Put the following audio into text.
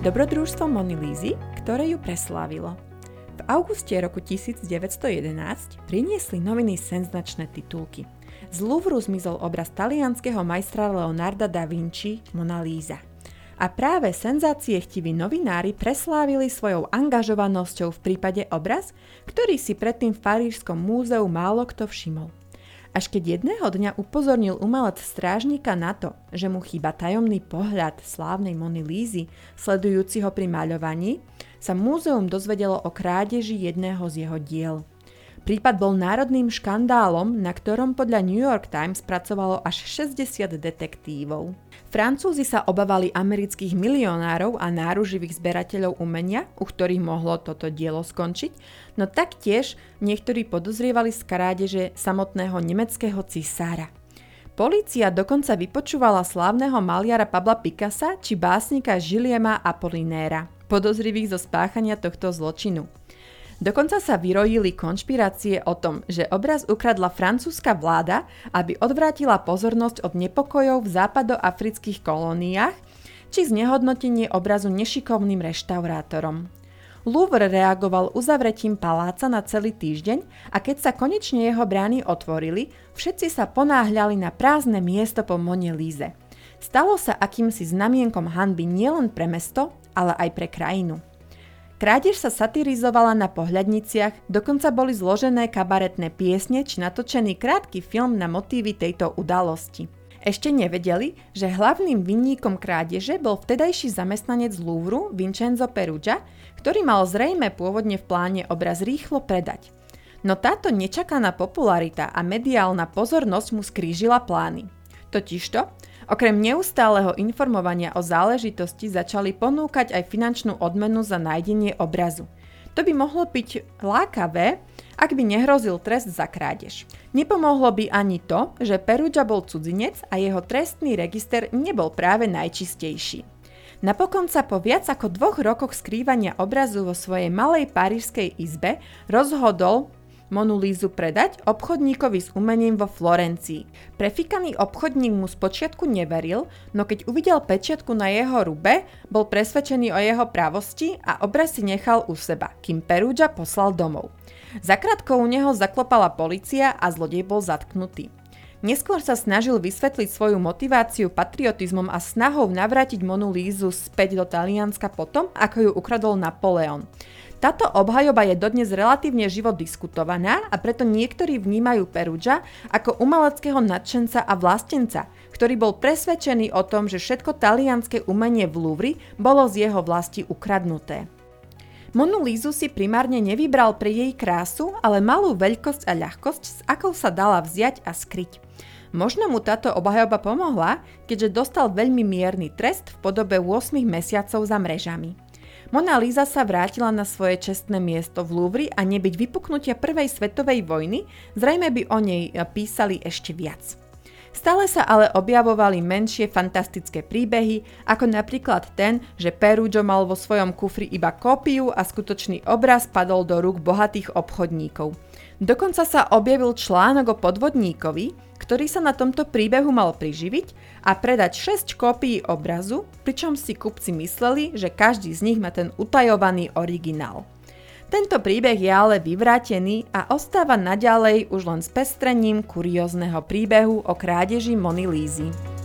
Dobrodružstvo Mony Lízy, ktoré ju preslávilo. V auguste roku 1911 priniesli noviny senzačné titulky. Z Louvru zmizol obraz talianskeho majstra Leonarda da Vinci Mona Lisa. A práve senzáciechtiví novinári preslávili svojou angažovanosťou v prípade obraz, ktorý si predtým v Parížskom múzeu málo kto všimol. Až keď jedného dňa upozornil umelec strážnika na to, že mu chýba tajomný pohľad slávnej Mony Lízy, sledujúci ho pri maľovaní, sa múzeum dozvedelo o krádeži jedného z jeho diel. Prípad bol národným škandálom, na ktorom podľa New York Times pracovalo až 60 detektívov. Francúzi sa obávali amerických milionárov a náruživých zberateľov umenia, u ktorých mohlo toto dielo skončiť, no taktiež niektorí podozrievali z krádeže samotného nemeckého cisára. Polícia dokonca vypočúvala slávneho maliara Pabla Picassa či básnika Guillaume Apollinaire, podozrivých zo spáchania tohto zločinu. Dokonca sa vyrojili konšpirácie o tom, že obraz ukradla francúzska vláda, aby odvrátila pozornosť od nepokojov v západoafrických kolóniách, či znehodnotenie obrazu nešikovným reštaurátorom. Louvre reagoval uzavretím paláca na celý týždeň a keď sa konečne jeho brány otvorili, všetci sa ponáhľali na prázdne miesto po Mone Líze. Stalo sa akýmsi znamienkom hanby nielen pre mesto, ale aj pre krajinu. Krádež sa satirizovala na pohľadniciach, dokonca boli zložené kabaretné piesne či natočený krátky film na motívy tejto udalosti. Ešte nevedeli, že hlavným vinníkom krádeže bol vtedajší zamestnanec Louvru Vincenzo Peruggia, ktorý mal zrejme pôvodne v pláne obraz rýchlo predať. No táto nečakaná popularita a mediálna pozornosť mu skrížila plány. Totižto, okrem neustáleho informovania o záležitosti začali ponúkať aj finančnú odmenu za nájdenie obrazu. To by mohlo byť lákavé, ak by nehrozil trest za krádež. Nepomohlo by ani to, že Peruggia bol cudzinec a jeho trestný register nebol práve najčistejší. Napokon sa po viac ako 2 rokoch skrývania obrazu vo svojej malej parížskej izbe rozhodol Monu Lízu predať obchodníkovi s umením vo Florencii. Prefikaný obchodník mu spočiatku neveril, no keď uvidel pečiatku na jeho rube, bol presvedčený o jeho pravosti a obraz si nechal u seba, kým Peruggia poslal domov. Zakrátko u neho zaklopala polícia a zlodej bol zatknutý. Neskôr sa snažil vysvetliť svoju motiváciu patriotizmom a snahou navrátiť Monu Lízu späť do Talianska potom, ako ju ukradol Napoleon. Táto obhajoba je dodnes relatívne živo diskutovaná a preto niektorí vnímajú Peruggia ako umeleckého nadšenca a vlastenca, ktorý bol presvedčený o tom, že všetko talianske umenie v Louvri bolo z jeho vlasti ukradnuté. Monu Lízu si primárne nevybral pre jej krásu, ale malú veľkosť a ľahkosť, s akou sa dala vziať a skryť. Možno mu táto obhajoba pomohla, keďže dostal veľmi mierny trest v podobe 8 mesiacov za mrežami. Mona Líza sa vrátila na svoje čestné miesto v Louvri a nebyť vypuknutia prvej svetovej vojny, zrejme by o nej písali ešte viac. Stále sa ale objavovali menšie fantastické príbehy, ako napríklad ten, že Peruggia mal vo svojom kufri iba kópiu a skutočný obraz padol do rúk bohatých obchodníkov. Dokonca sa objavil článok o podvodníkovi, ktorý sa na tomto príbehu mal priživiť a predať 6 kópií obrazu, pričom si kupci mysleli, že každý z nich má ten utajovaný originál. Tento príbeh je ale vyvrátený a ostáva naďalej už len spestrením kuriózneho príbehu o krádeži Mony Lízy.